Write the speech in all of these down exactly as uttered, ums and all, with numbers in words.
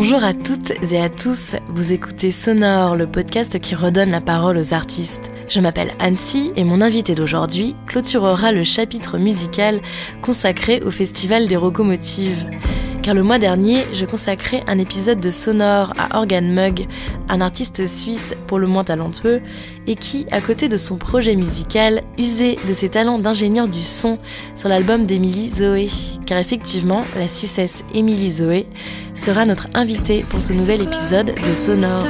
Bonjour à toutes et à tous, vous écoutez Sonore, le podcast qui redonne la parole aux artistes. Je m'appelle Annecy et mon invité d'aujourd'hui clôturera le chapitre musical consacré au Festival des Rocomotives. Car le mois dernier, je consacrais un épisode de Sonore à Organ Mug, un artiste suisse pour le moins talentueux, et qui, à côté de son projet musical, usait de ses talents d'ingénieur du son sur l'album d'Émilie Zoé. Car effectivement, la Suissesse Émilie Zoé sera notre invitée pour ce nouvel épisode de Sonore.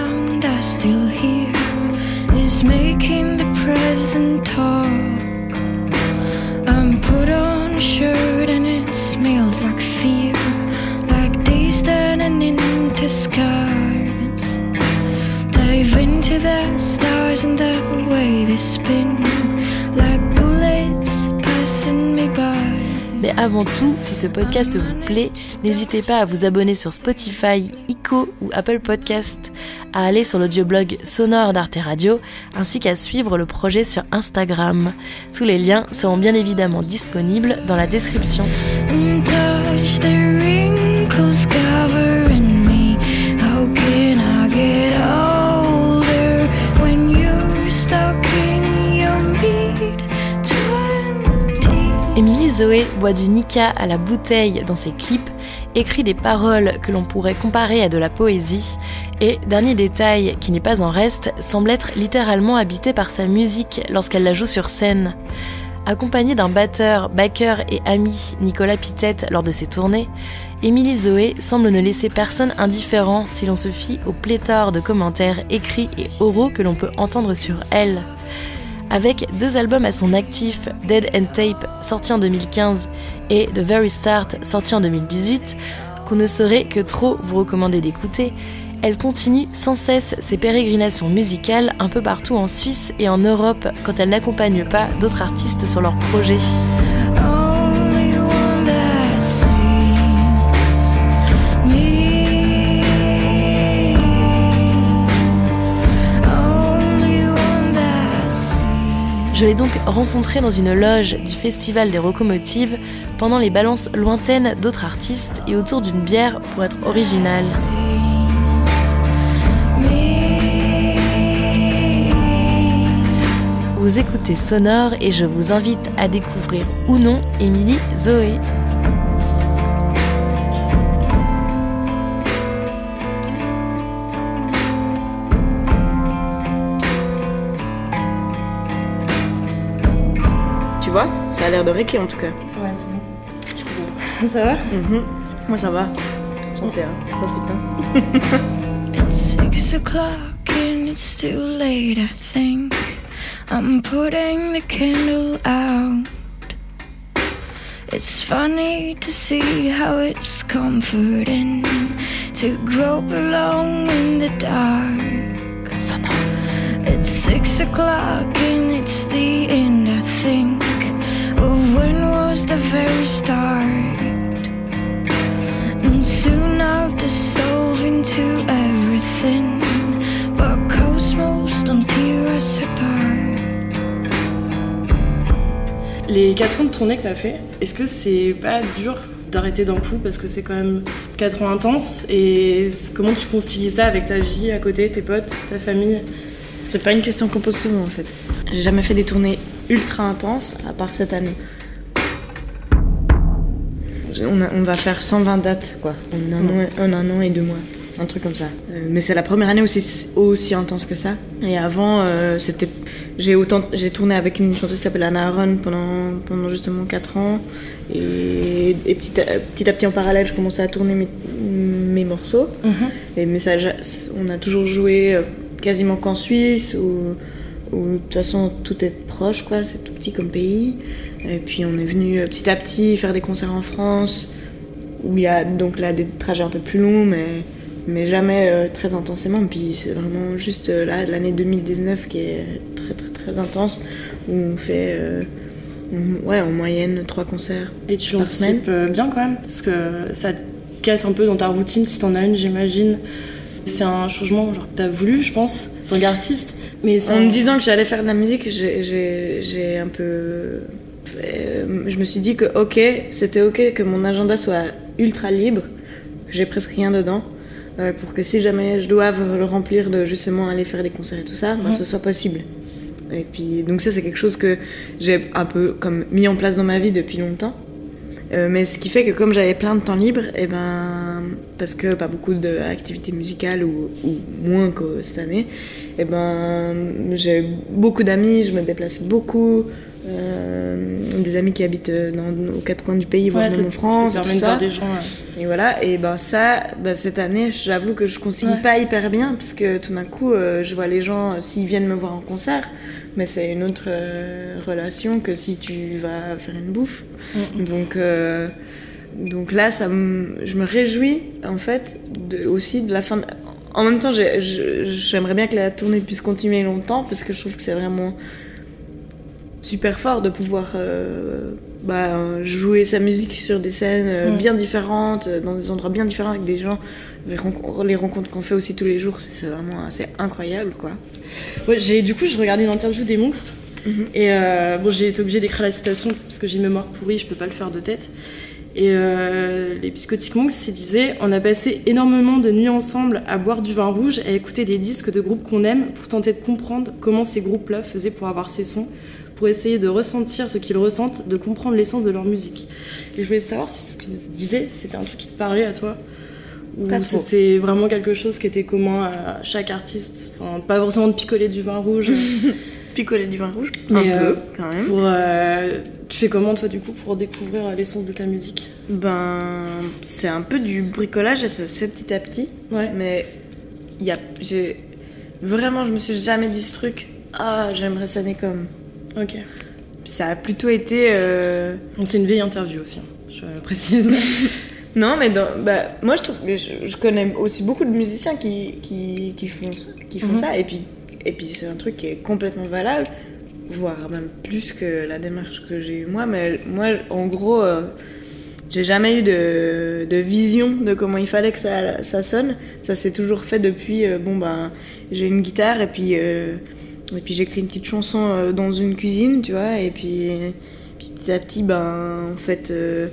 Turning into scars, dive into the stars and the way they spin like bullets passing me by. Mais avant tout, si ce podcast vous plaît, n'hésitez pas à vous abonner sur Spotify, Ico ou Apple Podcast, à aller sur l'audioblog Sonore d'Arte Radio, ainsi qu'à suivre le projet sur Instagram. Tous les liens seront bien évidemment disponibles dans la description. Émilie Zoé boit du Nika à la bouteille dans ses clips, écrit des paroles que l'on pourrait comparer à de la poésie, et, dernier détail qui n'est pas en reste, semble être littéralement habitée par sa musique lorsqu'elle la joue sur scène. Accompagnée d'un batteur, backer et ami, Nicolas Pitette, lors de ses tournées, Émilie Zoé semble ne laisser personne indifférent si l'on se fie au pléthore de commentaires écrits et oraux que l'on peut entendre sur elle. Avec deux albums à son actif, Dead and Tape, sorti en deux mille quinze, et The Very Start, sorti en deux mille dix-huit, qu'on ne saurait que trop vous recommander d'écouter, elle continue sans cesse ses pérégrinations musicales un peu partout en Suisse et en Europe quand elle n'accompagne pas d'autres artistes sur leurs projets. Je l'ai donc rencontrée dans une loge du Festival des Rocomotives pendant les balances lointaines d'autres artistes et autour d'une bière pour être originale. Vous écoutez Sonore et je vous invite à découvrir ou non Émilie Zoé. Tu vois, ça a l'air de réquer en tout cas. Ouais, c'est bon. Je comprends. Ça va? Mm-hmm. Moi ça va. Santé, hein. Profite, hein. It's six o'clock and it's still late, I think. I'm putting the candle out. It's funny to see how it's comforting to grope along in the dark. It's six o'clock and it's the end, I think. Of when was the very start? And soon I'll dissolve into everything, but cosmos don't tear us apart. Les quatre ans de tournée que t'as fait, est-ce que c'est pas dur d'arrêter d'un coup parce que c'est quand même quatre ans intenses et comment tu concilies ça avec ta vie à côté, tes potes, ta famille? C'est pas une question qu'on pose souvent en fait. J'ai jamais fait des tournées ultra intenses à part cette année. On, a, on va faire cent vingt dates quoi, en un, an, en un an et deux mois, un truc comme ça. Euh, mais c'est la première année aussi, aussi intense que ça. Et avant, euh, c'était, j'ai, autant, j'ai tourné avec une chanteuse qui s'appelle Anna Aron pendant, pendant justement quatre ans. Et, et petit, à, petit à petit en parallèle, je commençais à tourner mes, mes morceaux. Mm-hmm. Et mais ça, on a toujours joué quasiment qu'en Suisse, où, où de toute façon tout est proche, quoi, c'est tout petit comme pays. Et puis on est venu petit à petit faire des concerts en France, où il y a donc là des trajets un peu plus longs, mais, mais jamais euh, très intensément. Et puis c'est vraiment juste euh, là, l'année deux mille dix-neuf qui est très très très intense, où on fait euh, on, ouais, en moyenne trois concerts Et tu par semaine. anticipes bien quand même, parce que ça te casse un peu dans ta routine si t'en as une, j'imagine. C'est un changement genre, que t'as voulu, je pense, en tant qu'artiste. Mais en un... me disant que j'allais faire de la musique, j'ai, j'ai, j'ai un peu... Je me suis dit que ok, c'était ok que mon agenda soit ultra libre, que j'ai presque rien dedans, euh, pour que si jamais je dois le remplir de justement aller faire des concerts et tout ça, mmh. bah, ce soit possible. Et puis donc ça c'est quelque chose que j'ai un peu comme mis en place dans ma vie depuis longtemps. Euh, mais ce qui fait que comme j'avais plein de temps libre, et ben, parce que pas beaucoup d'activités musicales ou, ou moins que cette année, et ben, j'ai beaucoup d'amis, je me déplace beaucoup, euh, des amis qui habitent dans, aux quatre coins du pays, voire ouais, même en France, ça tout ça. Des gens, ouais. Et voilà, et ben ça, ben cette année, j'avoue que je concilie ouais. pas hyper bien, parce que tout d'un coup, euh, je vois les gens, euh, s'ils viennent me voir en concert, mais c'est une autre euh, relation que si tu vas faire une bouffe. Mmh. Donc, euh, donc là, ça m- je me réjouis en fait de, aussi de la fin. De... En même temps, j'ai, je, j'aimerais bien que la tournée puisse continuer longtemps parce que je trouve que c'est vraiment super fort de pouvoir euh, bah, jouer sa musique sur des scènes euh, mmh. bien différentes, dans des endroits bien différents avec des gens. Les rencontres, les rencontres qu'on fait aussi tous les jours, c'est, c'est vraiment assez incroyable, quoi. Ouais, j'ai, du coup, je regardais une interview des Monks, mm-hmm. et euh, bon, j'ai été obligée d'écrire la citation parce que j'ai une mémoire pourrie, je peux pas le faire de tête. Et euh, les Psychotic Monks, ils disaient « On a passé énormément de nuits ensemble à boire du vin rouge, à écouter des disques de groupes qu'on aime pour tenter de comprendre comment ces groupes-là faisaient pour avoir ces sons, pour essayer de ressentir ce qu'ils ressentent, de comprendre l'essence de leur musique. » Et je voulais savoir si ce qu'ils disaient, c'était un truc qui te parlait à toi, ou c'était vraiment quelque chose qui était commun à chaque artiste, enfin, pas forcément de picoler du vin rouge. Picoler du vin rouge, mais un euh, peu, quand même. Pour, euh, tu fais comment, toi, du coup, pour découvrir l'essence de ta musique ? Ben, c'est un peu du bricolage et ça se fait petit à petit. Ouais. Mais y a, j'ai, vraiment, je me suis jamais dit ce truc. Ah, j'aimerais sonner comme. Ok. Ça a plutôt été. Euh... Donc, c'est une vieille interview aussi, hein, je précise. Non, mais dans, bah, moi je trouve que je, je connais aussi beaucoup de musiciens qui, qui, qui font, qui font mm-hmm. ça, et puis, et puis c'est un truc qui est complètement valable, voire même plus que la démarche que j'ai eue moi. Mais moi, en gros, euh, j'ai jamais eu de, de vision de comment il fallait que ça, ça sonne. Ça s'est toujours fait depuis, euh, bon, ben, j'ai une guitare, et puis, euh, et puis j'écris une petite chanson euh, dans une cuisine, tu vois, et puis, puis petit à petit, ben, en fait. Euh,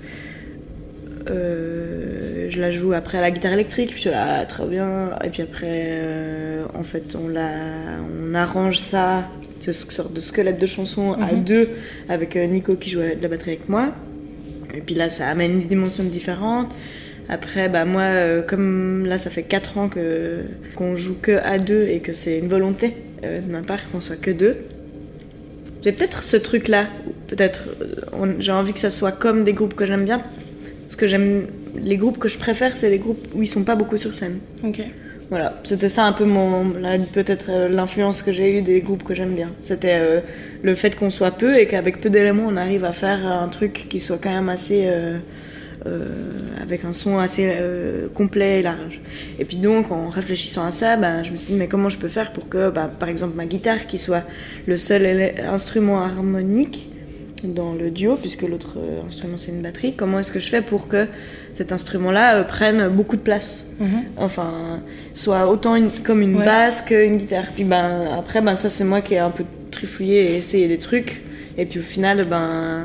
Euh, je la joue après à la guitare électrique, puis je suis là, très bien. Et puis après, euh, en fait, on, la, on arrange ça, ce sorte de squelette de chanson mm-hmm. à deux, avec Nico qui joue de la batterie avec moi. Et puis là, ça amène une dimension différente. Après, bah, moi, euh, comme là, ça fait quatre ans que, qu'on joue que à deux et que c'est une volonté euh, de ma part qu'on soit que deux. J'ai peut-être ce truc-là, peut-être, on, j'ai envie que ça soit comme des groupes que j'aime bien. Parce que j'aime, les groupes que je préfère, c'est les groupes où ils sont pas beaucoup sur scène. Ok. Voilà, c'était ça un peu mon, là, peut-être euh, l'influence que j'ai eue des groupes que j'aime bien. C'était euh, le fait qu'on soit peu et qu'avec peu d'éléments, on arrive à faire un truc qui soit quand même assez, euh, euh, avec un son assez euh, complet et large. Et puis donc, en réfléchissant à ça, bah, je me suis dit mais comment je peux faire pour que, bah, par exemple, ma guitare qui soit le seul élé- instrument harmonique dans le duo, puisque l'autre euh, instrument c'est une batterie, comment est-ce que je fais pour que cet instrument-là euh, prenne beaucoup de place, mm-hmm. enfin, soit autant une, comme une ouais. basse qu'une guitare. Puis ben, après, ben, ça c'est moi qui ai un peu trifouillé et essayé des trucs, et puis au final, ben,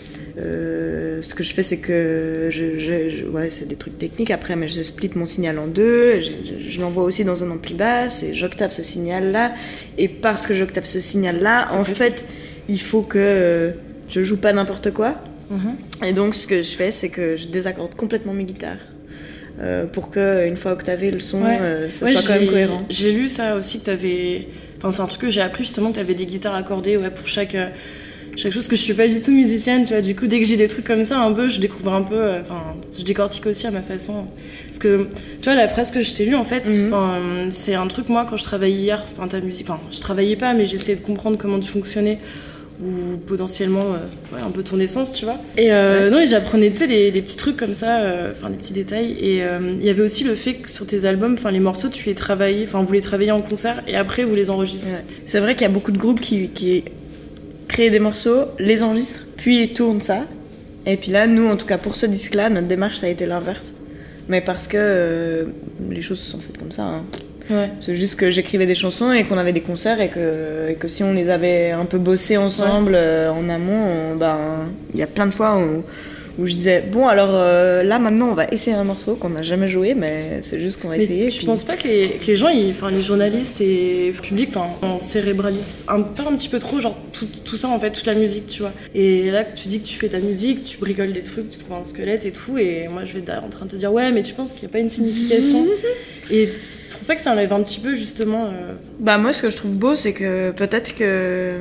euh, ce que je fais c'est que, je, je, je, ouais, c'est des trucs techniques après, mais je split mon signal en deux, je, je, je l'envoie aussi dans un ampli basse, et j'octave ce signal-là, et parce que j'octave ce signal-là, c'est, c'est en possible. Fait, il faut que... Euh, je joue pas n'importe quoi. Mmh. Et donc, ce que je fais, c'est que je désaccorde complètement mes guitares. Euh, pour qu'une fois octavé, le son, ouais. euh, ça ouais, soit quand même cohérent. J'ai lu ça aussi, que t'avais... Enfin, c'est un truc que j'ai appris justement, que t'avais des guitares accordées ouais, pour chaque... Euh... chaque chose, que je suis pas du tout musicienne, tu vois. Du coup, dès que j'ai des trucs comme ça, un peu, je découvre un peu... Enfin, euh, je décortique aussi à ma façon. Parce que, tu vois, la phrase que je t'ai lue, en fait, mm-hmm. c'est un truc, moi, quand je travaillais hier, enfin, ta musique... Enfin, je travaillais pas, mais j'essayais de comprendre comment tu fonctionnais, ou potentiellement euh, ouais, un peu ton essence, tu vois. Et euh, ouais. non, et j'apprenais, tu sais, les, les petits trucs comme ça, enfin, euh, les petits détails. Et il euh, y avait aussi le fait que sur tes albums, enfin, les morceaux, tu les travaillais, enfin, vous les travaillez en concert, et après, vous les enregistrez. Ouais. C'est vrai qu'il y a beaucoup de groupes qui... qui... créer des morceaux, les enregistrent, puis ils tournent ça. Et puis là, nous, en tout cas pour ce disque-là, notre démarche, ça a été l'inverse. Mais parce que euh, les choses se sont faites comme ça. Hein. Ouais. C'est juste que j'écrivais des chansons et qu'on avait des concerts et que, et que si on les avait un peu bossés ensemble ouais. euh, en amont, ben, il y a plein de fois où, où je disais bon alors euh, là maintenant on va essayer un morceau qu'on n'a jamais joué, mais c'est juste qu'on va Mais essayer. je puis... pense pas que les, que les gens, ils, enfin les journalistes et le public, enfin on cérébralise un peu un petit peu trop genre tout, tout ça en fait, toute la musique, tu vois. Et là tu dis que tu fais ta musique, tu bricoles des trucs, tu trouves un squelette et tout, et moi je vais être derrière en train de te dire ouais mais tu penses qu'il n'y a pas une signification. Et je trouve pas que ça enlève un petit peu justement. Euh... Bah moi ce que je trouve beau c'est que peut-être que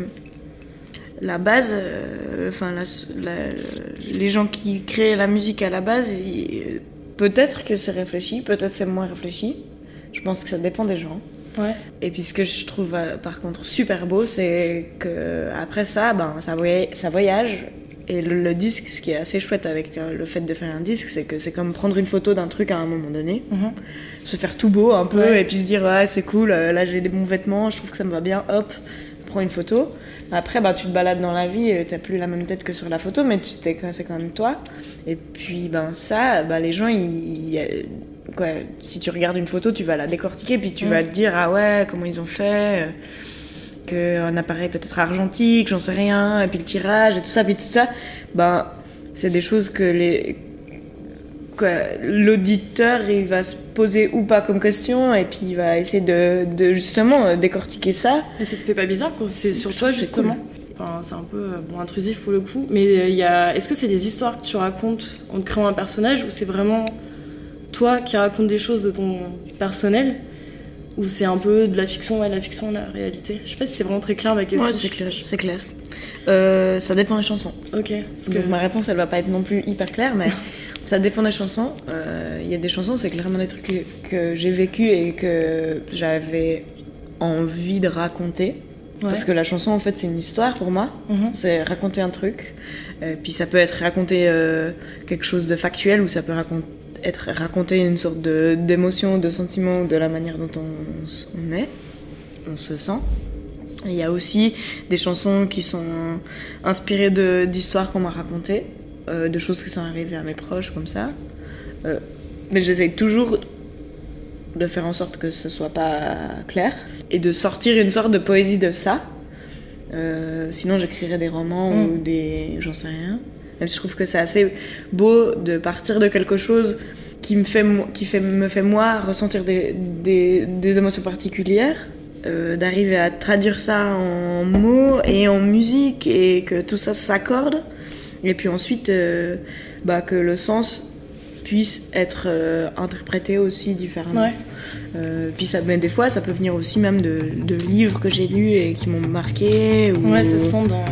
la base, euh, enfin la, la, les gens qui créent la musique à la base, ils, peut-être que c'est réfléchi, peut-être c'est moins réfléchi. Je pense que ça dépend des gens. Ouais. Et puis ce que je trouve euh, par contre super beau, c'est que après ça, ben ça voyage, ça voyage. Et le, le disque, ce qui est assez chouette avec euh, le fait de faire un disque, c'est que c'est comme prendre une photo d'un truc à un moment donné, mm-hmm. se faire tout beau un peu, ouais. Et puis se dire ouais c'est cool, euh, là j'ai des bons vêtements, je trouve que ça me va bien, hop, prends une photo. Après, bah, tu te balades dans la vie, t'as plus la même tête que sur la photo, mais tu, t'es, c'est quand même toi. Et puis, ben, ça, bah, les gens, ils, ils, quoi, si tu regardes une photo, tu vas la décortiquer, puis tu mmh. vas te dire, ah ouais, comment ils ont fait, euh, qu'un appareil peut-être argentique, j'en sais rien, et puis le tirage, et tout ça, puis tout ça, ben, c'est des choses que les... Quoi, l'auditeur il va se poser ou pas comme question et puis il va essayer de, de justement décortiquer ça. Mais ça te fait pas bizarre quand c'est sur toi justement? C'est cool. Enfin, c'est un peu bon, intrusif pour le coup, mais il y a... est-ce que c'est des histoires que tu racontes en te créant un personnage ou c'est vraiment toi qui racontes des choses de ton personnel ou c'est un peu de la fiction et la fiction la réalité? Je sais pas si c'est vraiment très clair ma question. Ouais, c'est clair, c'est clair. Euh, ça dépend des chansons. Ok. Donc que... ma réponse elle va pas être non plus hyper claire, mais ça dépend des chansons. Il euh, y a des chansons, c'est clairement des trucs que, que j'ai vécu et que j'avais envie de raconter. Ouais. Parce que la chanson, en fait, c'est une histoire pour moi. Mm-hmm. C'est raconter un truc. Et puis ça peut être raconter euh, quelque chose de factuel ou ça peut raconter, être raconter une sorte de, d'émotion, de sentiment, de la manière dont on, on est, on se sent. Il y a aussi des chansons qui sont inspirées de, d'histoires qu'on m'a racontées. Euh, de choses qui sont arrivées à mes proches comme ça, euh, mais j'essaye toujours de faire en sorte que ce soit pas clair et de sortir une sorte de poésie de ça, euh, sinon j'écrirais des romans mmh. ou des... j'en sais rien. Même si je trouve que c'est assez beau de partir de quelque chose qui me fait, qui fait, me fait moi ressentir des, des, des émotions particulières, euh, d'arriver à traduire ça en mots et en musique et que tout ça s'accorde. Et puis ensuite, euh, bah, que le sens puisse être euh, interprété aussi différemment. Ouais. Euh, puis ça, ben, des fois, ça peut venir aussi même de, de livres que j'ai lus et qui m'ont marqué. Ou... Ouais, ça sent dans...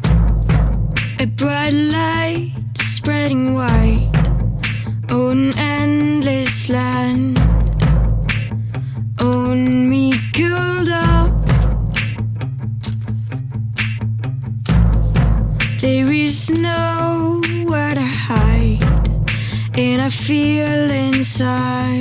A bright light spreading white on endless land on me cooled up. There is nowhere to hide, and I feel inside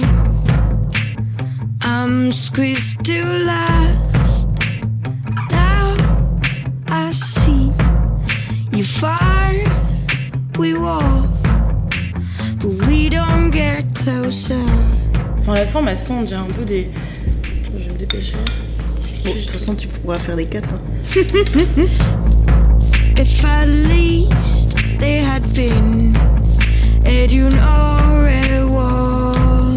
I'm squeezed to last. Now I see you far, we walk, but we don't get closer. Enfin, la forme, elle sent, on dirait un peu des... Je vais me dépêcher. Bon, de toute façon, tu pourras faire des quatre. Hein. If at least there had been a dune or a wall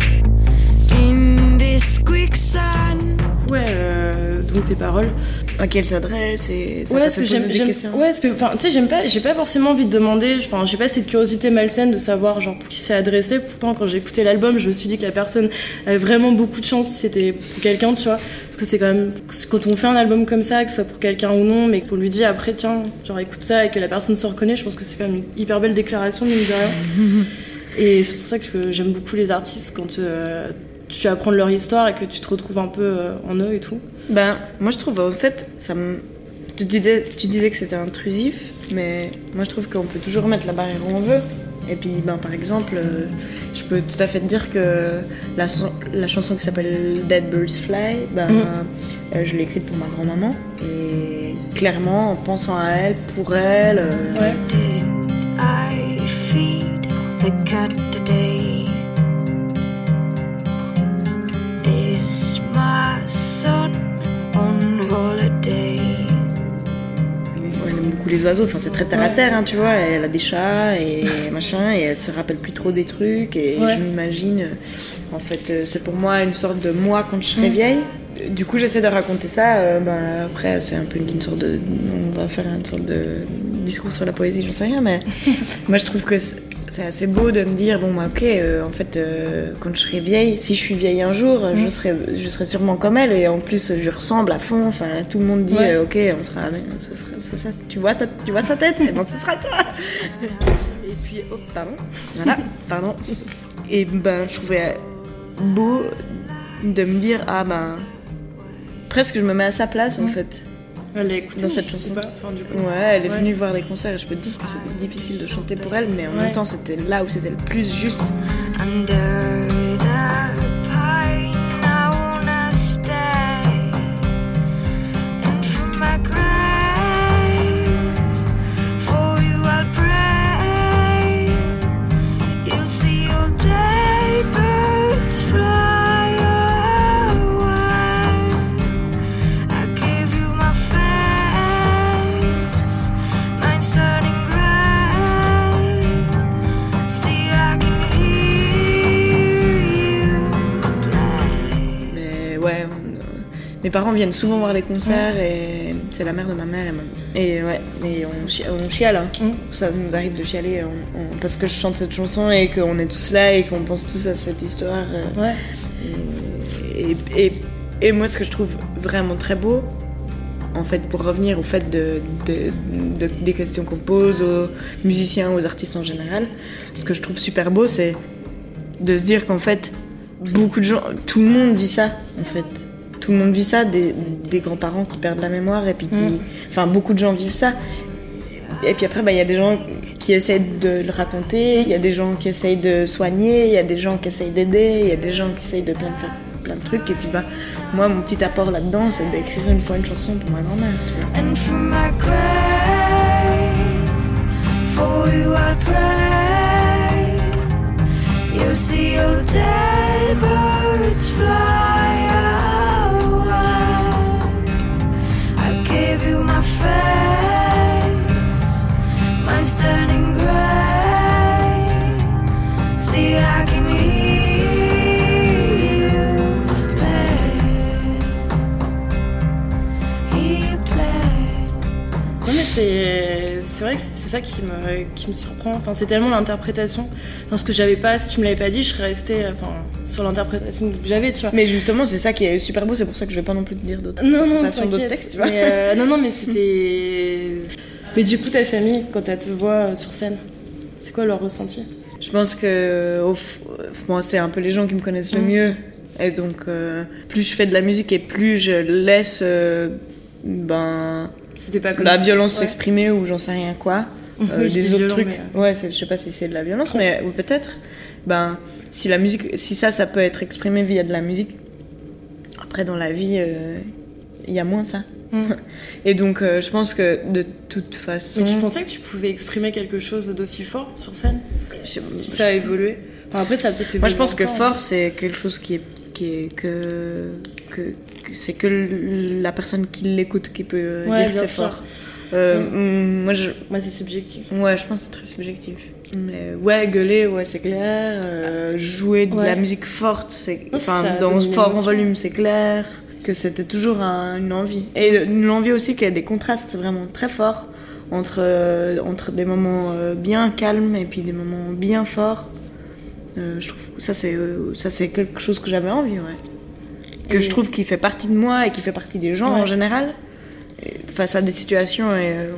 in this quicksand. Ouais, euh, donc tes paroles. À qui elles s'adressent et ça ouais, peut se poser j'aime, des j'aime, questions. Ouais, parce que, enfin, tu sais, j'aime pas, j'ai pas forcément envie de demander, enfin, j'ai pas cette curiosité malsaine de savoir, genre, pour qui c'est adressé. Pourtant, quand j'ai écouté l'album, je me suis dit que la personne avait vraiment beaucoup de chance si c'était pour quelqu'un, tu vois. Parce que c'est quand même, quand on fait un album comme ça, que ce soit pour quelqu'un ou non, mais qu'on lui dit après, tiens, genre, écoute ça et que la personne se reconnaît, je pense que c'est quand même une hyper belle déclaration, mine de rien. Et c'est pour ça que j'aime beaucoup les artistes quand euh, tu apprends leur histoire et que tu te retrouves un peu euh, en eux et tout. Ben, moi, je trouve, en fait, ça me. Tu disais, tu disais que c'était intrusif, mais moi je trouve qu'on peut toujours mettre la barrière où on veut. Et puis, ben, par exemple, euh, je peux tout à fait te dire que la, la chanson qui s'appelle Dead Birds Fly, ben, mm. euh, je l'ai écrite pour ma grand-maman. Et clairement, en pensant à elle, pour elle. Euh, ouais. Did I feed the cat today? Is my son on holiday? Elle aime beaucoup beaucoup les oiseaux. Enfin, c'est très terre à terre, hein, tu vois. Elle a des chats et machin, et elle se rappelle plus trop des trucs. Et ouais. je m'imagine, en fait, c'est pour moi une sorte de moi quand je serai mmh. vieille. Du coup, j'essaie de raconter ça. Euh, ben, après, c'est un peu une, une sorte de. On va faire une sorte de discours sur la poésie, j'en sais rien, mais moi je trouve que c'est, c'est assez beau de me dire bon, bah, ok, euh, en fait, euh, quand je serai vieille, si je suis vieille un jour, mmh. je, serai, je serai sûrement comme elle, et en plus, je ressemble à fond. Enfin, tout le monde dit ouais. euh, ok, on sera. Ce sera ce, ça, tu, vois ta, tu vois sa tête, et ben ce sera toi. Et puis, oh, pardon. Voilà, pardon. Et ben, je trouvais beau de me dire ah ben. Presque je me mets à sa place mmh. en fait. Elle a écouté dans cette chanson. Enfin, du coup. Ouais, elle est ouais. venue voir des concerts et je peux te dire que c'était difficile de chanter pour elle, mais en ouais. même temps c'était là où c'était le plus juste. Under the pine, I wanna stay. And from my grave, for you I'll pray. You'll see your day birds fly. Mes parents viennent souvent voir les concerts mmh. et c'est la mère de ma mère et, ma... et ouais et on, chi... on chiale hein. mmh. Ça nous arrive de chialer on... On... parce que je chante cette chanson et qu'on est tous là et qu'on pense tous à cette histoire ouais. et... Et... Et... et moi ce que je trouve vraiment très beau en fait pour revenir au fait de, de... De... des questions qu'on pose aux musiciens, aux artistes en général, ce que je trouve super beau c'est de se dire qu'en fait beaucoup de gens, tout le monde vit ça en fait. Tout le monde vit ça, des, des grands-parents qui perdent la mémoire et puis qui... Mmh. Enfin, beaucoup de gens vivent ça. Et puis après, bah, y a des gens qui essayent de le raconter, il y a des gens qui essayent de soigner, il y a des gens qui essayent d'aider, il y a des gens qui essayent de plein de faire plein de trucs. Et puis bah, moi, mon petit apport là-dedans, c'est d'écrire une fois une chanson pour ma grand-mère, tu vois. And from my grave, for you I'll pray. You see your dead birds fly. You my face, mine's turning grey. See, I can hear you play. Hear you play. Non mais c'est c'est vrai que c'est ça qui me qui me surprend. Enfin c'est tellement l'interprétation. Enfin ce que j'avais pas, si tu me l'avais pas dit, je serais restée enfin sur l'interprétation que j'avais, tu vois. Mais justement, c'est ça qui est super beau, c'est pour ça que je vais pas non plus te dire d'autres non, non, d'autres textes, tu vois. Mais euh, non, non, mais c'était. Mais du coup, ta famille, quand elle te voit sur scène, c'est quoi leur ressenti ? Je pense que au f... bon, c'est un peu les gens qui me connaissent le mmh. mieux. Et donc, euh, plus je fais de la musique et plus je laisse euh, ben, c'était pas comme la si... violence ouais. s'exprimer ou j'en sais rien quoi. Mmh, euh, oui, des autres violent, trucs. Mais... Ouais, c'est, je sais pas si c'est de la violence, ouais. mais ou peut-être. Ben, si la musique, si ça, ça peut être exprimé via de la musique. Après, dans la vie, il euh, y a moins ça. Mm. Et donc, euh, je pense que de toute façon. Mais tu pensais que tu pouvais exprimer quelque chose d'aussi fort sur scène ? je, Si je... ça a évolué. Enfin, après, ça a peut-être évolué. Moi, je pense que encore, fort, hein. c'est quelque chose qui est, qui est que, que, que c'est que la personne qui l'écoute qui peut ouais, dire que c'est sûr. fort. Euh, mm. moi, je... moi, c'est subjectif. Ouais, je pense que c'est très subjectif. Mais ouais, gueuler, ouais, c'est clair. Euh, jouer de ouais. la musique forte, c'est, enfin, dans fort en volume, c'est clair. Que c'était toujours un, une envie. Et une envie aussi qu'il y a des contrastes vraiment très forts entre, euh, entre des moments euh, bien calmes et puis des moments bien forts. Euh, je trouve ça c'est, euh, ça c'est quelque chose que j'avais envie, ouais. Que et... je trouve qui fait partie de moi et qui fait partie des gens ouais. en général. Et face à des situations et euh,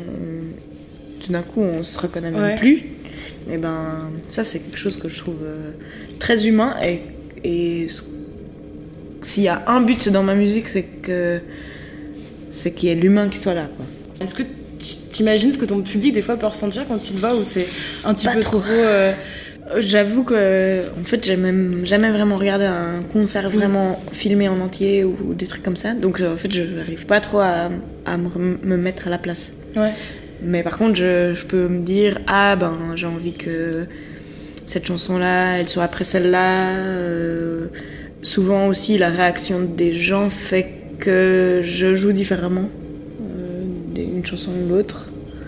on, tout d'un coup on se reconnaît même ouais. plus. Et ben ça c'est quelque chose que je trouve euh, très humain et, et s'il y a un but dans ma musique, c'est que c'est qu'il y ait l'humain qui soit là, quoi. Est-ce que t'imagines ce que ton public des fois peut ressentir quand il te voit ou c'est un petit pas peu trop, trop euh... J'avoue que en fait j'ai même jamais vraiment regardé un concert vraiment mmh. filmé en entier ou, ou des trucs comme ça, donc en fait je n'arrive pas trop à, à me, me mettre à la place. Ouais. Mais par contre je, je peux me dire ah ben j'ai envie que cette chanson là elle soit après celle-là. Euh, Souvent aussi, la réaction des gens fait que je joue différemment euh, d'une chanson ou l'autre.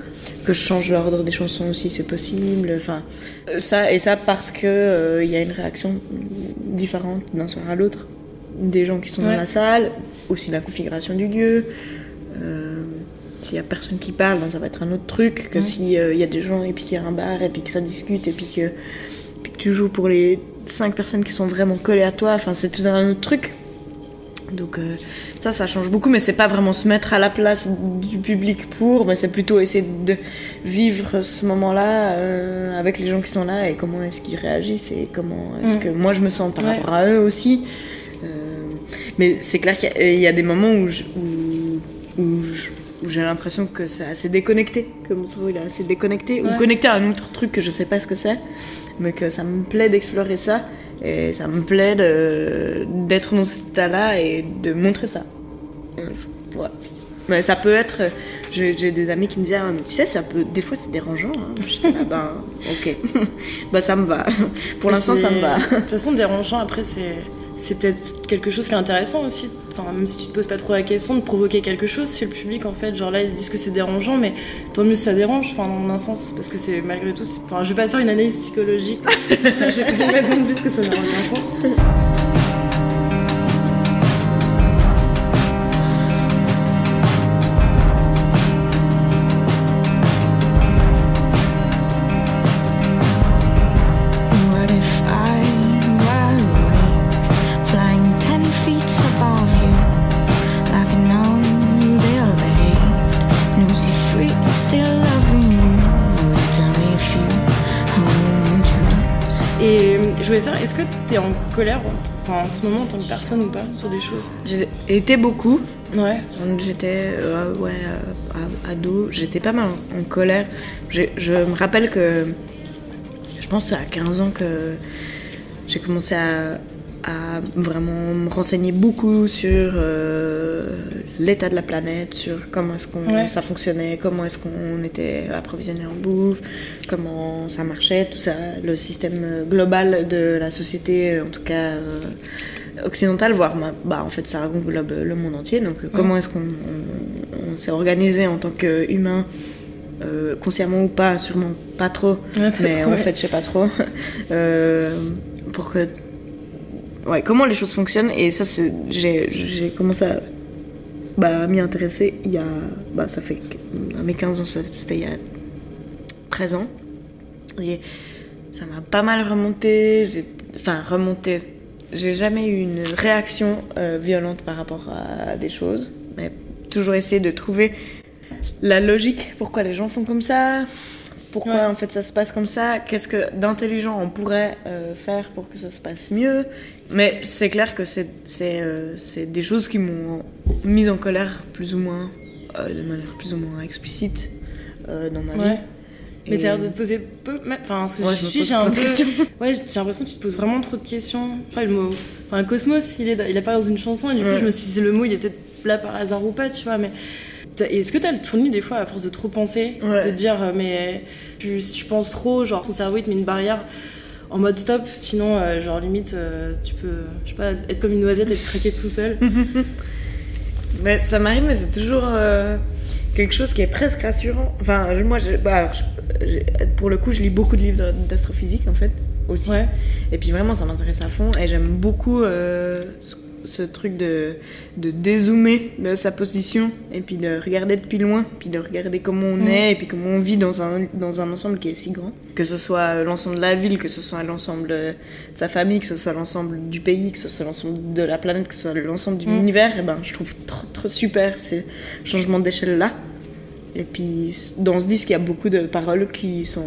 que je change l'ordre des chansons aussi, c'est possible. Enfin, ça, et ça parce qu'il euh, y a une réaction différente d'un soir à l'autre. Des gens qui sont ouais. dans la salle, aussi la configuration du lieu. Euh, s'il y a personne qui parle, ben ça va être un autre truc que mmh. s'il euh, y a des gens et puis qu'il y a un bar et puis que ça discute et puis que, puis que tu joues pour les cinq personnes qui sont vraiment collées à toi. Enfin, c'est tout un autre truc. Donc euh, ça, ça change beaucoup, mais c'est pas vraiment se mettre à la place du public pour, mais c'est plutôt essayer de vivre ce moment-là euh, avec les gens qui sont là et comment est-ce qu'ils réagissent et comment est-ce mmh. que moi je me sens par ouais. rapport à eux aussi. Euh, mais c'est clair qu'il y a, il y a des moments où, je, où, où, je, où j'ai l'impression que c'est assez déconnecté, que mon cerveau il est assez déconnecté, ouais. ou connecté à un autre truc que je sais pas ce que c'est, mais que ça me plaît d'explorer ça. Et ça me plaît de, d'être dans cet état-là et de montrer ça. Je, ouais. Mais ça peut être... J'ai, j'ai des amis qui me disent ah, mais tu sais, ça peut, des fois c'est dérangeant. Hein. J'étais là, ben, ok. bah ça me va. Pour mais l'instant, ça me va. De toute façon, dérangeant, après, c'est, c'est peut-être quelque chose qui est intéressant aussi. Enfin, même si tu te poses pas trop la question, de provoquer quelque chose chez le public, en fait. Genre là, ils disent que c'est dérangeant, mais tant mieux si ça dérange, enfin, en un sens. Parce que c'est malgré tout... C'est... Enfin, je vais pas te faire une analyse psychologique. Ça, je vais pas mettre non plus que ça n'a aucun sens. Je voulais savoir, est-ce que t'es en colère, enfin en ce moment en tant que personne ou pas, sur des choses? J'ai été beaucoup. Ouais. Quand j'étais euh, ouais, euh, ado, j'étais pas mal en, en colère. J'ai, je me rappelle que, je pense que c'est à quinze ans que j'ai commencé à, à vraiment me renseigner beaucoup sur euh, l'état de la planète, sur comment est-ce qu'on ouais. ça fonctionnait, comment est-ce qu'on était approvisionné en bouffe, comment ça marchait, tout ça, le système global de la société, en tout cas euh, occidentale, voire bah en fait ça englobe le monde entier. Donc ouais. comment est-ce qu'on on, on s'est organisé en tant qu'humain, euh, consciemment ou pas, sûrement pas trop, ouais, pas mais trop, en ouais. fait je sais pas trop, euh, pour que ouais, comment les choses fonctionnent. Et ça, c'est, j'ai, j'ai commencé à bah, m'y intéresser il y a... Bah, ça fait... À mes quinze ans, ça, c'était il y a treize ans. Et ça m'a pas mal remonté. J'ai, enfin, remonté. J'ai jamais eu une réaction euh, violente par rapport à des choses. Mais toujours essayé de trouver la logique. Pourquoi les gens font comme ça ? Pourquoi ouais. en fait ça se passe comme ça ? Qu'est-ce que d'intelligent on pourrait euh, faire pour que ça se passe mieux ? Mais c'est clair que c'est, c'est, euh, c'est des choses qui m'ont mise en colère plus ou moins, euh, de manière plus ou moins explicite euh, dans ma ouais. vie. Mais t'as l'air de te poser peu... Enfin, ce que ouais, je, je dis, j'ai un peu... Ouais, j'ai l'impression que tu te poses vraiment trop de questions. Enfin, le mot... Enfin, Cosmos, il, est... il apparaît dans une chanson et du coup ouais. je me suis dit, le mot il est peut-être là par hasard ou pas, tu vois, mais... Est-ce que t'as le tournis des fois à force de trop penser, ouais. de dire mais tu, si tu penses trop, genre ton cerveau il te met une barrière en mode stop, sinon euh, genre limite euh, tu peux, je sais pas, être comme une noisette et te craquer tout seul. Mais ça m'arrive, mais c'est toujours euh, quelque chose qui est presque rassurant. Enfin moi, je, bah, alors, je, je, pour le coup, je lis beaucoup de livres d'astrophysique en fait aussi. Ouais. Et puis vraiment, ça m'intéresse à fond et j'aime beaucoup. Euh, ce truc de, de dézoomer de sa position et puis de regarder depuis loin, puis de regarder comment on mmh. est et puis comment on vit dans un, dans un ensemble qui est si grand. Que ce soit l'ensemble de la ville, que ce soit l'ensemble de sa famille, que ce soit l'ensemble du pays, que ce soit l'ensemble de la planète, que ce soit l'ensemble du mmh. univers, et ben, je trouve trop, trop super ces changements d'échelle-là. Et puis dans ce disque, il y a beaucoup de paroles qui sont...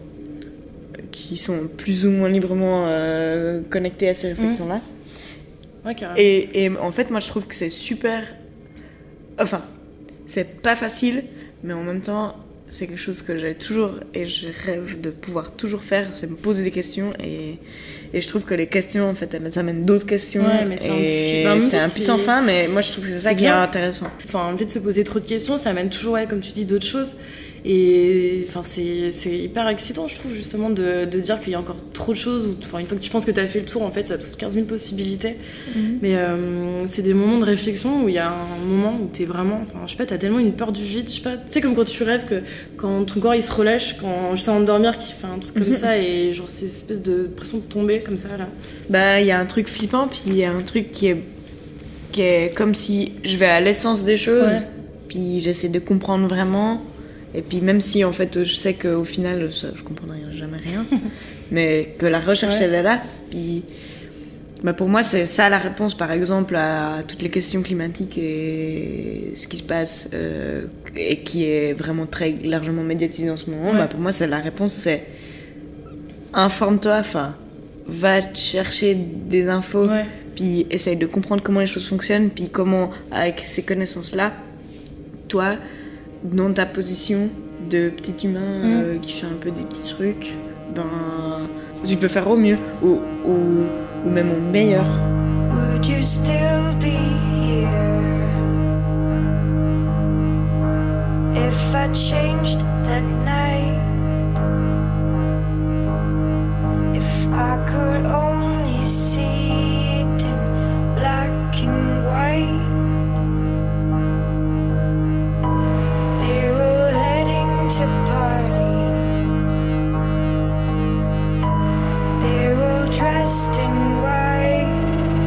qui sont plus ou moins librement euh, connectées à ces réflexions-là. Mmh. Ouais, et, et en fait, moi, je trouve que c'est super... Enfin, c'est pas facile, mais en même temps, c'est quelque chose que j'ai toujours et je rêve de pouvoir toujours faire, c'est me poser des questions et, et je trouve que les questions, en fait, elles amènent d'autres questions. Ouais, mais c'est et un, c'est un puits sans fin, mais moi, je trouve que c'est, c'est ça qui bien. Est intéressant. Enfin, le fait de se poser trop de questions, ça amène toujours, ouais, comme tu dis, d'autres choses. Et enfin, c'est, c'est hyper excitant, je trouve, justement, de, de dire qu'il y a encore trop de choses. Enfin, une fois que tu penses que tu as fait le tour, en fait, ça t'ouvre quinze mille possibilités. Mm-hmm. Mais euh, c'est des moments de réflexion où il y a un moment où tu es vraiment. Enfin, je sais pas, tu as tellement une peur du vide. Je sais pas, tu sais, comme quand tu rêves, que quand ton corps il se relâche, quand je sais en dormir, qu'il fait un truc comme mm-hmm. ça, et genre, c'est une espèce de pression de tomber comme ça, là. Bah, il y a un truc flippant, puis il y a un truc qui est, qui est comme si je vais à l'essence des choses, ouais. Puis j'essaie de comprendre vraiment. Et puis même si en fait je sais qu'au final ça, je comprendrai jamais rien, mais que la recherche ouais. elle est là, puis bah pour moi c'est ça la réponse par exemple à toutes les questions climatiques et ce qui se passe euh, et qui est vraiment très largement médiatisé en ce moment. Ouais. Bah pour moi c'est la réponse c'est informe-toi, enfin va chercher des infos, ouais. Puis essaye de comprendre comment les choses fonctionnent, puis comment avec ces connaissances là toi dans ta position de petit humain mmh. euh, qui fait un peu des petits trucs, ben tu peux faire au mieux ou, ou, ou même au meilleur. Would you still be here if I changed that night? If I could only see it in black and white. To parties, they're all dressed in white,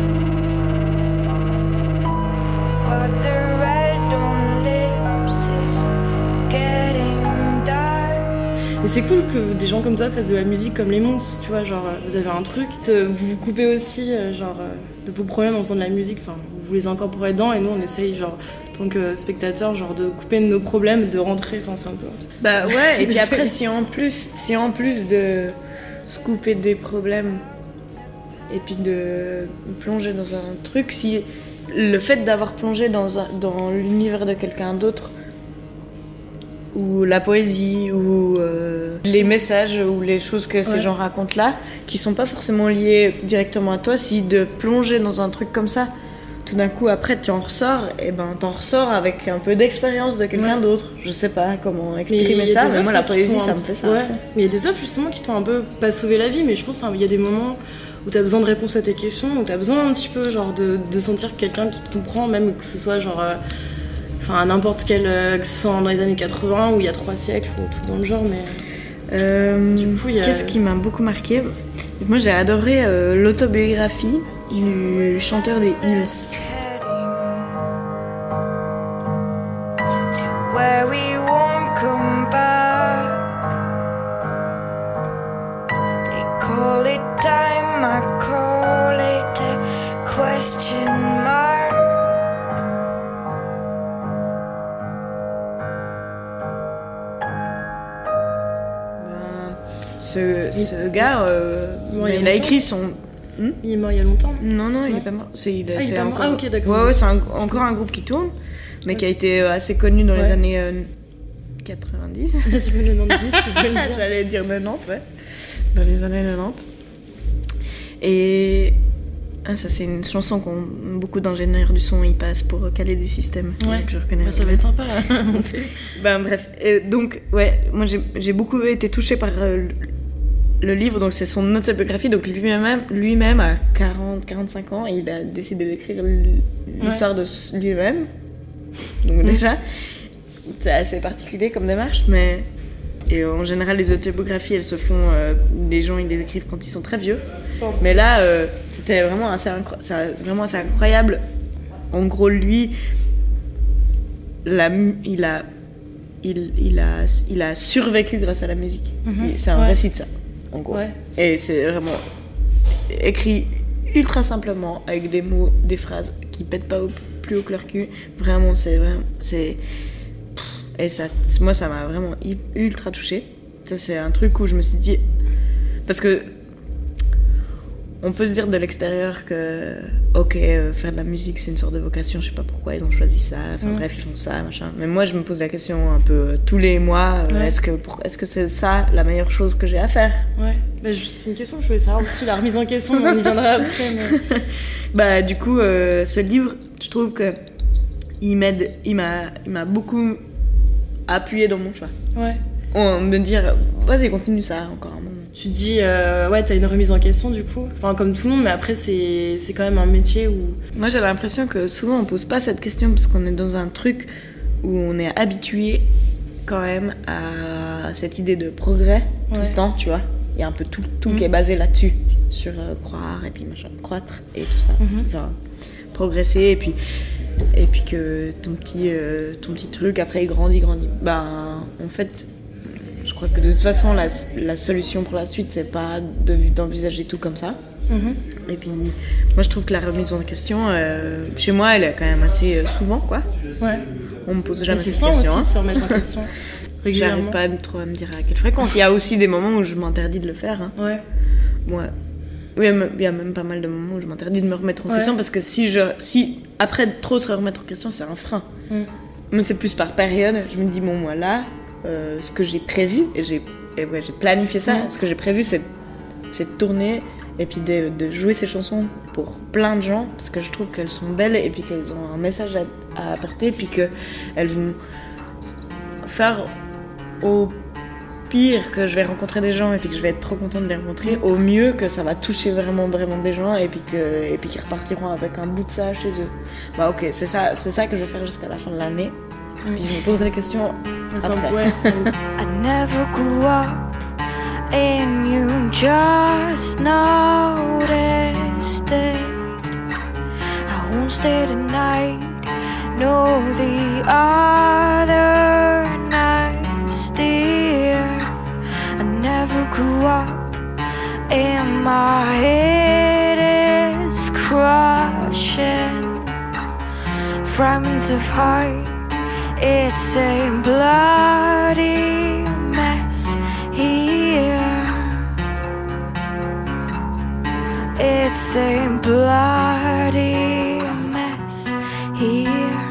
but the red on lips is getting dark. Mais c'est cool que des gens comme toi fassent de la musique comme les monstres, tu vois, genre vous avez un truc, vous vous coupez aussi genre de vos problèmes en faisant de la musique, enfin vous les incorporez dedans et nous on essaye genre en tant que spectateur genre de couper nos problèmes, de rentrer, enfin c'est un peu. Bah ouais, et puis après si en plus, si en plus de se couper des problèmes et puis de plonger dans un truc, si le fait d'avoir plongé dans un, dans l'univers de quelqu'un d'autre, ou la poésie, ou euh, les messages, ou les choses que ces ouais. gens racontent là, qui sont pas forcément liées directement à toi, si de plonger dans un truc comme ça, tout d'un coup après tu en ressors, et ben t'en ressors avec un peu d'expérience de quelqu'un ouais. d'autre. Je sais pas comment exprimer ça, mais moi la poésie ça me fait ça. Ouais. Mais il y a des œuvres justement qui t'ont un peu pas sauvé la vie, mais je pense qu'il y a des moments où t'as besoin de réponses à tes questions, où t'as besoin un petit peu genre de, de sentir quelqu'un qui te comprend, même que ce soit genre euh, enfin n'importe quel, euh, que ce soit dans les années quatre-vingts ou il y a trois siècles ou tout dans le genre, mais euh, du coup, il y a... qu'est-ce qui m'a beaucoup marqué? Moi j'ai adoré euh, l'autobiographie du chanteur des Hills. Ce, ce gars, euh, ouais, il, il a écrit son... Hmm il est mort il y a longtemps. Non, non, il ouais. est pas mort. C'est, il, ah, c'est il est encore... Ah, ok, d'accord. Ouais, ouais, c'est un, encore un groupe qui tourne, mais ouais. qui a été assez connu dans ouais. les années euh, quatre-vingt-dix. Je veux le quatre-vingt-dix, tu peux le dire. J'allais dire quatre-vingt-dix, ouais. Dans les années quatre-vingt-dix. Et ah, ça, c'est une chanson qu'ont beaucoup d'ingénieurs du son, ils passent pour caler des systèmes. Ouais, que je reconnais. Bah, ça va être sympa à monter. Ben bref, et donc, ouais, moi j'ai, j'ai beaucoup été touchée par euh, le livre, donc c'est son autobiographie, donc lui-même, lui-même à quarante, quarante-cinq ans, il a décidé d'écrire l'histoire ouais. de lui-même. Donc déjà, c'est assez particulier comme démarche, mais... Et en général, les autobiographies, elles se font... Euh, les gens, ils les écrivent quand ils sont très vieux. Oh. Mais là, euh, c'était vraiment assez, incro- c'est vraiment assez incroyable. En gros, lui, la, il, a, il, il, a, il a survécu grâce à la musique. Mm-hmm. C'est un ouais. récit de ça, en gros. Ouais. Et c'est vraiment écrit ultra simplement, avec des mots, des phrases qui pètent pas au, plus haut que leur cul. Vraiment, c'est... Vraiment, c'est Et ça, moi, ça m'a vraiment ultra touchée. Ça, c'est un truc où je me suis dit... Parce que... On peut se dire de l'extérieur que... Ok, euh, faire de la musique, c'est une sorte de vocation. Je sais pas pourquoi ils ont choisi ça. Enfin mmh. bref, ils font ça, machin. Mais moi, je me pose la question un peu euh, tous les mois. Euh, ouais. est-ce, que, pour, est-ce que c'est ça la meilleure chose que j'ai à faire? Ouais. Bah, juste une question. Je voulais savoir aussi la remise en question. On y viendra après. Mais... bah, du coup, euh, ce livre, je trouve que... Il m'aide... Il m'a, il m'a beaucoup... appuyer dans mon choix. Ouais. On me dire, vas-y, continue ça encore un moment. Tu te dis, euh, ouais, t'as une remise en question du coup. Enfin, comme tout le monde, mais après, c'est, c'est quand même un métier où. Moi, j'ai l'impression que souvent, on pose pas cette question parce qu'on est dans un truc où on est habitué quand même à cette idée de progrès tout Ouais. le temps, tu vois. Il y a un peu tout, tout Mm. qui est basé là-dessus, sur euh, croire et puis machin, croître et tout ça. Mhm. Enfin, progresser et puis, et puis que ton petit, euh, ton petit truc, après, il grandit, grandit. Ben, en fait, je crois que de toute façon, la, la solution pour la suite, c'est pas de, d'envisager tout comme ça. Mhm. Et puis, moi, je trouve que la remise en question, euh, chez moi, elle est quand même assez euh, souvent, quoi. Ouais. On me pose Mais jamais c'est cette ça question. aussi hein. de se remettre en question. Régulièrement. J'arrive pas à me- trop à me dire à quelle fréquence. Il y a aussi des moments où je m'interdis de le faire. Hein. Ouais. Ouais. Oui, il y a même- il y a même pas mal de moments où je m'interdis de me remettre en Ouais. question parce que si je, si après trop se remettre en question, c'est un frein. Mm. Mais c'est plus par période. Je me dis bon, moi là, euh, ce que j'ai prévu et j'ai, et ouais, j'ai planifié ça. Mm. Ce que j'ai prévu, c'est, c'est de tourner et puis de, de jouer ces chansons pour plein de gens parce que je trouve qu'elles sont belles et puis qu'elles ont un message à, à apporter et puis que elles vont faire au pire que je vais rencontrer des gens et puis que je vais être trop contente de les rencontrer, au mieux que ça va toucher vraiment vraiment des gens et puis que et puis qu'ils repartiront avec un bout de ça chez eux. Bah ok, c'est ça c'est ça que je vais faire jusqu'à la fin de l'année. Mm. Puis je me poserai des questions Mais c'est un- après. ouais, c'est un- I never grew up and you just noticed it. I won't stay tonight, no the other nights, dear. I never grew up and my head is crushing fragments of heart. It's a bloody mess here. It's a bloody mess here.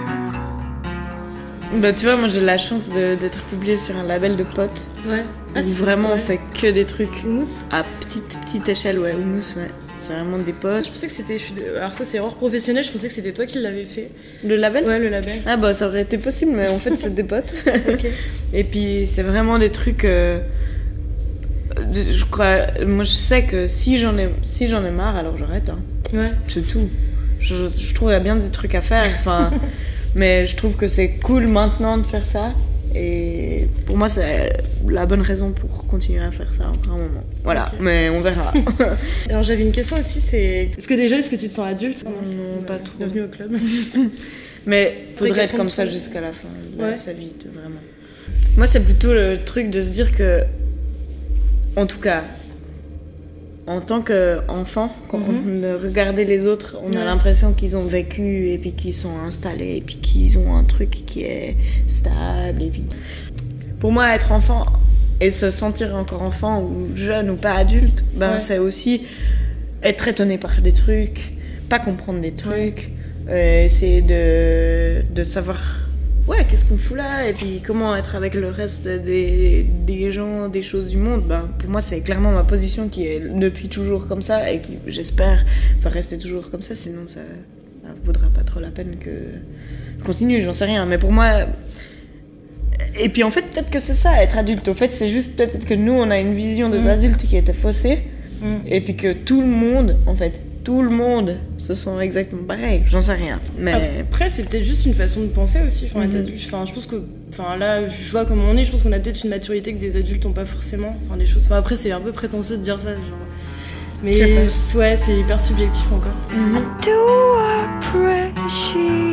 Bah tu vois, moi j'ai la chance de- d'être publiée sur un label de potes Ouais. où c'est- vraiment ouais. on fait que des trucs Mousse. à petite petite échelle, ouais, houmous, ouais. C'est vraiment des Je potes. pensais que c'était. je suis de- Alors, ça, c'est hors professionnel, je pensais que c'était toi qui l'avais fait. Le label Ouais, le label. Ah bah ça aurait été possible, mais en fait c'est des potes. Ok. Et puis c'est vraiment des trucs. euh, de- je crois, moi je sais que si j'en ai, si j'en ai marre, alors j'arrête. Hein. Ouais. C'est tout. Je, je trouve qu'il y a bien des trucs à faire. Enfin, mais je trouve que c'est cool maintenant de faire ça. Et pour moi c'est la bonne raison pour continuer à faire ça encore un moment. Voilà, Ok. mais on verra. Alors, j'avais une question aussi, c'est. Est-ce que déjà, est-ce que tu te sens adulte Non, pas trop. Bienvenue au club. Mais faudrait Après être comme ça quatre ans, jusqu'à la fin de Ouais. sa vie, vraiment. Moi, c'est plutôt le truc de se dire que, en tout cas, en tant qu'enfant, quand Mhm. on regarde les autres, on Ouais. a l'impression qu'ils ont vécu et puis qu'ils sont installés et puis qu'ils ont un truc qui est stable. Et puis... Pour moi, être enfant et se sentir encore enfant ou jeune ou pas adulte, ben, Ouais. c'est aussi être étonné par des trucs, pas comprendre des trucs, euh, essayer de, de savoir ouais, qu'est-ce qu'on fout là et puis comment être avec le reste des, des gens, des choses du monde. Ben, pour moi, c'est clairement ma position qui est depuis toujours comme ça et qui, j'espère, va rester toujours comme ça, sinon ça ne vaudra pas trop la peine que je continue, j'en sais rien. Mais pour moi... Et puis en fait, peut-être que c'est ça, être adulte. En fait, c'est juste peut-être que nous, on a une vision des Mm. adultes qui était faussée. Mm. Et puis que tout le monde, en fait, tout le monde se sent exactement pareil. J'en sais rien. Mais Après, c'est peut-être juste une façon de penser aussi. Enfin, être Mhm. adulte. Enfin, je pense que. Enfin, là, je vois comment on est. Je pense qu'on a peut-être une maturité que des adultes n'ont pas forcément. Enfin, des choses. Enfin, après, c'est un peu prétentieux de dire ça. Genre. Mais Je sais ouais, c'est hyper subjectif encore. Do appreciate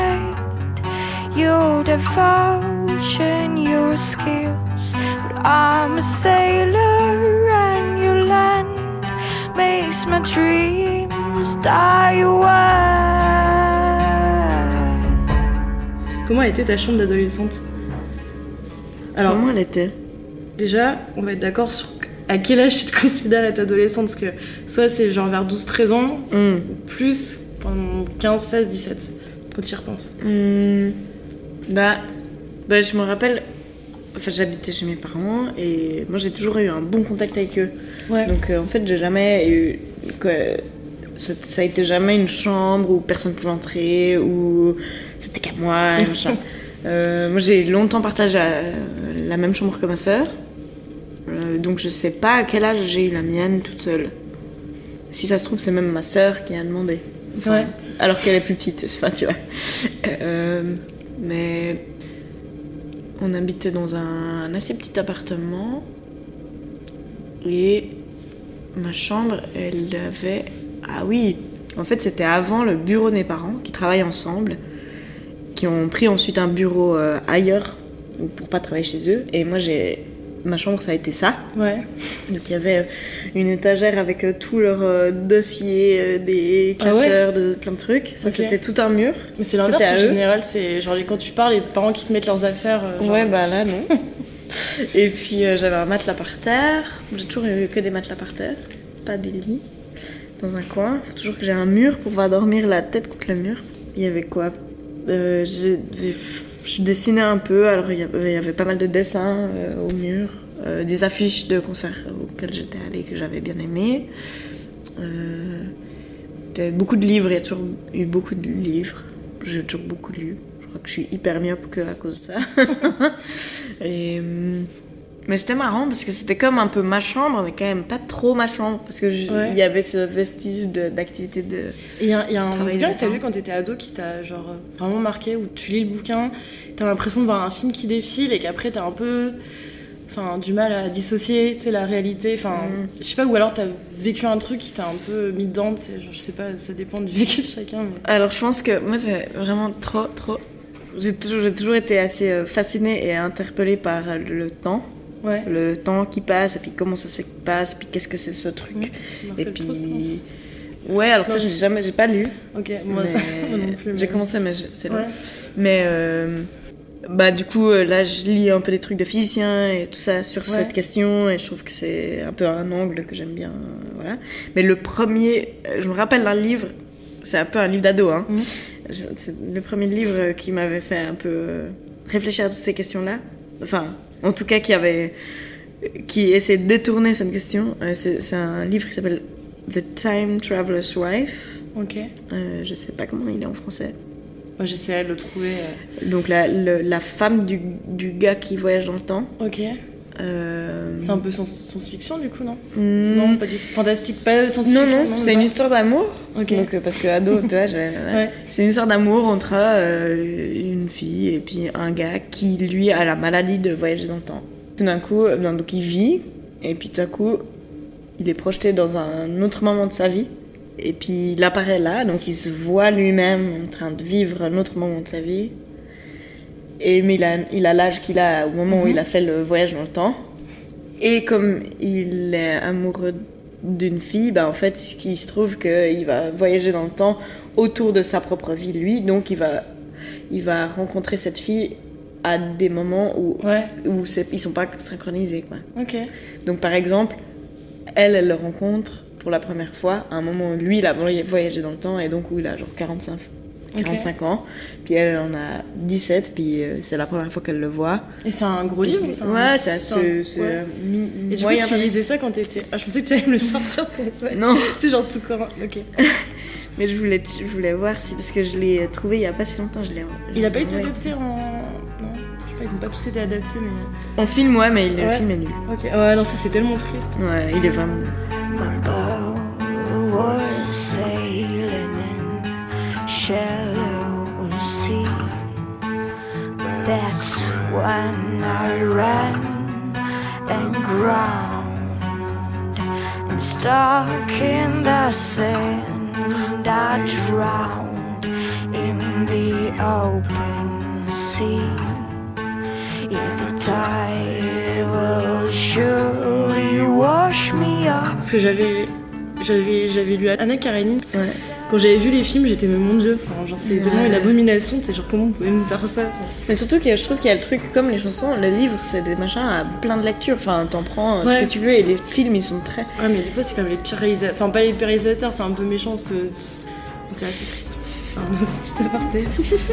your devotion, your skills, but I'm a sailor and your land makes my dreams die away. Comment a été ta chambre d'adolescente? Alors, comment elle était? déjà, on va être d'accord sur à quel âge tu te considères être adolescente, parce que soit c'est genre vers douze treize ans, Mm. ou plus pendant quinze seize dix-sept, quand tu y repenses. Mm. Bah, bah, je me rappelle, enfin, j'habitais chez mes parents et moi j'ai toujours eu un bon contact avec eux. Ouais. Donc euh, en fait, j'ai jamais eu. Quoi, ça, ça a été jamais une chambre où personne pouvait entrer, où c'était qu'à moi, et machin. Euh, moi, j'ai longtemps partagé la, la même chambre que ma sœur. Euh, donc, je sais pas à quel âge j'ai eu la mienne toute seule. Si ça se trouve, c'est même ma sœur qui a demandé. Enfin, Ouais. Alors qu'elle est plus petite, enfin, tu vois. Euh, mais on habitait dans un, un assez petit appartement. Et ma chambre, elle avait... Ah oui, en fait, c'était avant le bureau de mes parents, qui travaillent ensemble, qui ont pris ensuite un bureau euh, ailleurs, pour pas travailler chez eux. Et moi, j'ai... ma chambre, ça a été ça. Ouais. Donc il y avait une étagère avec euh, tous leurs euh, dossiers, euh, des Ah ouais classeurs, de plein de trucs. Ça, Ok. c'était tout un mur. Mais c'est l'inverse C'était à en eux. général, c'est genre les- quand tu parles, les parents qui te mettent leurs affaires. euh, genre- Ouais, bah là, non. Et puis euh, j'avais un matelas par terre. J'ai toujours eu que des matelas par terre, pas des lits. Dans un coin. Faut toujours que j'ai un mur pour pouvoir dormir la tête contre le mur. Il y avait quoi euh, j'ai... Je dessinais un peu, alors il y avait, il y avait pas mal de dessins euh, au mur. Euh, des affiches de concerts auxquels j'étais allée que j'avais bien aimé. Euh, il y avait beaucoup de livres, il y a toujours eu beaucoup de livres. J'ai toujours beaucoup lu. Je crois que je suis hyper myope que à cause de ça. Et, hum, mais c'était marrant parce que c'était comme un peu ma chambre, mais quand même pas trop ma chambre. Parce qu'il Ouais. y avait ce vestige de- d'activité de. Et il y a, il y a un Travailler bouquin le que t'as temps. lu quand t'étais ado qui t'a genre euh, vraiment marqué, où tu lis le bouquin, t'as l'impression de voir un film qui défile et qu'après t'as un peu enfin, du mal à dissocier tu sais, la réalité. Enfin, Mm. je sais pas, ou alors t'as vécu un truc qui t'a un peu mis dedans, tu sais, genre, je sais pas, ça dépend du vécu de chacun. Mais... Alors je pense que moi j'ai vraiment trop, trop. J'ai toujours, j'ai toujours été assez euh, fascinée et interpellée par euh, le temps. Ouais, Le temps qui passe, et puis comment ça se fait qu'il passe, et puis qu'est-ce que c'est ce truc. Et Marcel puis. Proust, non Ouais, alors ça, Non. j'ai jamais, j'ai pas lu. Ok, moi, mais ça, moi non plus. J'ai mais- commencé, mais je- c'est long. Ouais. Mais euh, bah du coup, euh, là, je lis un peu des trucs de physiciens et tout ça sur Ouais. cette question, et je trouve que c'est un peu un angle que j'aime bien, euh, voilà. Mais le premier, euh, je me rappelle d'un livre, c'est un peu un livre d'ado, hein. Mhm. Je- C'est le premier livre qui m'avait fait un peu euh, réfléchir à toutes ces questions-là. Enfin, en tout cas, qui avait, qui essayait de détourner cette question. Euh, c'est, c'est un livre qui s'appelle The Time Traveler's Wife. Ok. Euh, je sais pas comment il est en français. Moi, j'essaierai de le trouver. euh, Donc la, le- la femme du, du gars qui voyage dans le temps. Ok. Euh, C'est un peu science- science-fiction du coup, non hmm, Non, pas du tout. Fantastique, pas non, science-fiction. non, c'est pas. une histoire d'amour. Ok. Donc, euh, parce que ado, tu vois, j'ai- Ouais. c'est une histoire d'amour entre euh, une fille et puis un gars qui, lui, a la maladie de voyager dans le temps. Tout d'un coup, euh, non, donc il vit, et puis tout à coup, il est projeté dans un autre moment de sa vie. Et puis il apparaît là, donc il se voit lui-même en train de vivre un autre moment de sa vie. Et, mais il a, il a l'âge qu'il a au moment où il a fait le voyage dans le temps. Et comme il est amoureux d'une fille, bah en fait, il se trouve qu'il va voyager dans le temps autour de sa propre vie, lui. Donc il va, il va rencontrer cette fille à des moments où, Ouais, où c'est, ils sont pas synchronisés, quoi. ok. Donc par exemple, elle, elle le rencontre pour la première fois à un moment où lui, il a voyagé dans le temps et donc où il a genre quarante-cinq, quarante-cinq ans. Puis elle, elle en a dix-sept, puis euh, c'est la première fois qu'elle le voit. Et c'est un gros livre ou c'est un- Ouais, c'est un- assez... c'est, ouais. euh, mi- Et du coup, moyen tu pas- lisais ça quand t'étais. Ah, je pensais que tu allais me le sortir de ton sac. Non, C'est genre Tsukura. Ok. mais je voulais, je voulais voir si... Parce que je l'ai trouvé il y a pas si longtemps, je l'ai... Il a pas été ouais. adapté en. Non, je sais pas, ils ont pas tous été adaptés, mais. En film, ouais, mais il- le Ouais. film est nul. Ok. Ouais, non, ça c'est tellement triste. Ouais, il est vraiment nul. My boat was sailing in shallow sea. That's when I ran and ground and stuck in the sand. I drowned in the open sea. Yeah, the tide will surely wash me up. Parce que j'avais. J'avais, j'avais lu Anna Karenine. Ouais. Quand j'avais vu les films, j'étais, mais mon dieu, enfin, genre, c'est Ouais. tellement une abomination. T'es genre, comment vous pouvez me faire ça? Enfin, Mais surtout que je trouve qu'il y a le truc, comme les chansons, le livre, c'est des machins à plein de lectures. Enfin, t'en prends euh, ce Ouais. que tu veux et les films, ils sont très... Ouais, mais des fois, c'est comme les pires réalisateurs. Enfin, pas les pires réalisateurs, c'est un peu méchant parce que c'est assez triste. Enfin, petit aparté.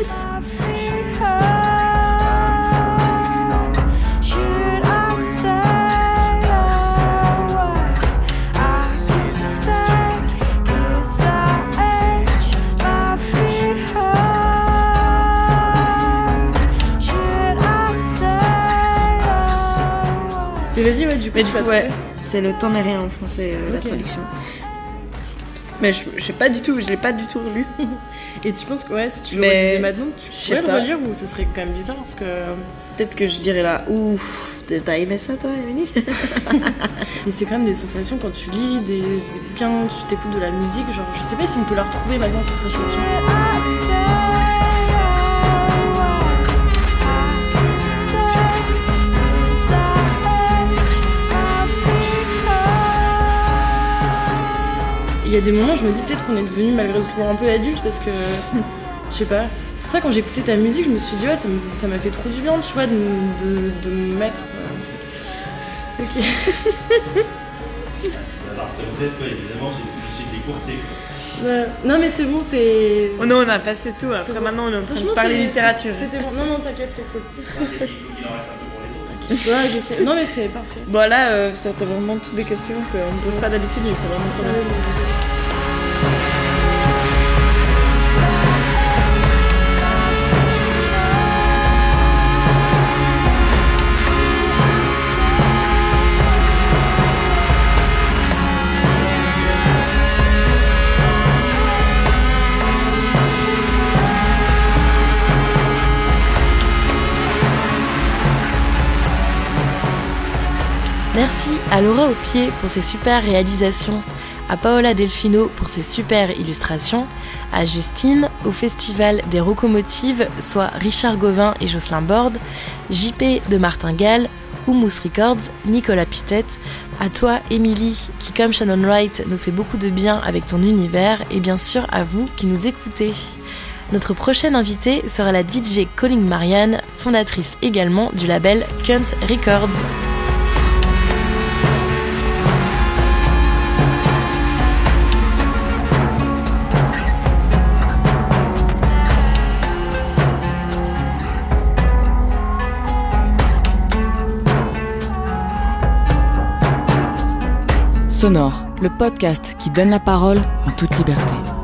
Should I say alright? I can stand as I edge my feet home. Mais vas-y, ouais, du coup, Mais tu du vas coup, ouais, trouver. c'est le temps n'est rien en français, euh, la Ok. traduction. Mais je, je sais pas du tout, je l'ai pas du tout relu. Et tu penses que ouais, si tu le Mais- relisais maintenant, tu je sais pourrais le pas. relire ou ce serait quand même bizarre parce que. Peut-être que je dirais là, ouf, t'as aimé ça toi, Émilie? Mais c'est quand même des sensations quand tu lis des, des bouquins, tu t'écoutes de la musique, genre je sais pas si on peut la retrouver maintenant cette sensation. Il y a des moments, je me dis peut-être qu'on est devenu malgré tout un peu adulte parce que je sais pas. C'est pour ça quand j'écoutais ta musique, je me suis dit ouais, ça me- ça m'a fait trop du bien, tu vois, de, de, de me mettre. euh, Ok. La barre très tête, quoi, évidemment, c'est difficile d'écourter. Quoi. Ouais. Non mais c'est bon, c'est. Oh non, on a passé tout, C'est après bon. maintenant on est en train de Franchement, parler c'est- littérature. c'est- C'était bon. Non, non, t'inquiète, c'est cool. Enfin, c'est qu'il faut qu'il en reste un peu pour les autres. Ouais, je sais. Non, mais c'est parfait. Bon là, euh, c'était vraiment toutes des questions qu'on ne pose pas d'habitude, mais c'est vraiment trop bien. Merci à Laura Aupier pour ses super réalisations, à Paola Delfino pour ses super illustrations, à Justine au Festival des Rocomotives, soit Richard Gauvin et Jocelyn Borde, J P de Martingale, Humus Records, Nicolas Pitette, à toi Émilie qui comme Shannon Wright nous fait beaucoup de bien avec ton univers et bien sûr à vous qui nous écoutez. Notre prochaine invitée sera la D J Colin Marianne, fondatrice également du label Cunt Records. Sonore, le podcast qui donne la parole en toute liberté.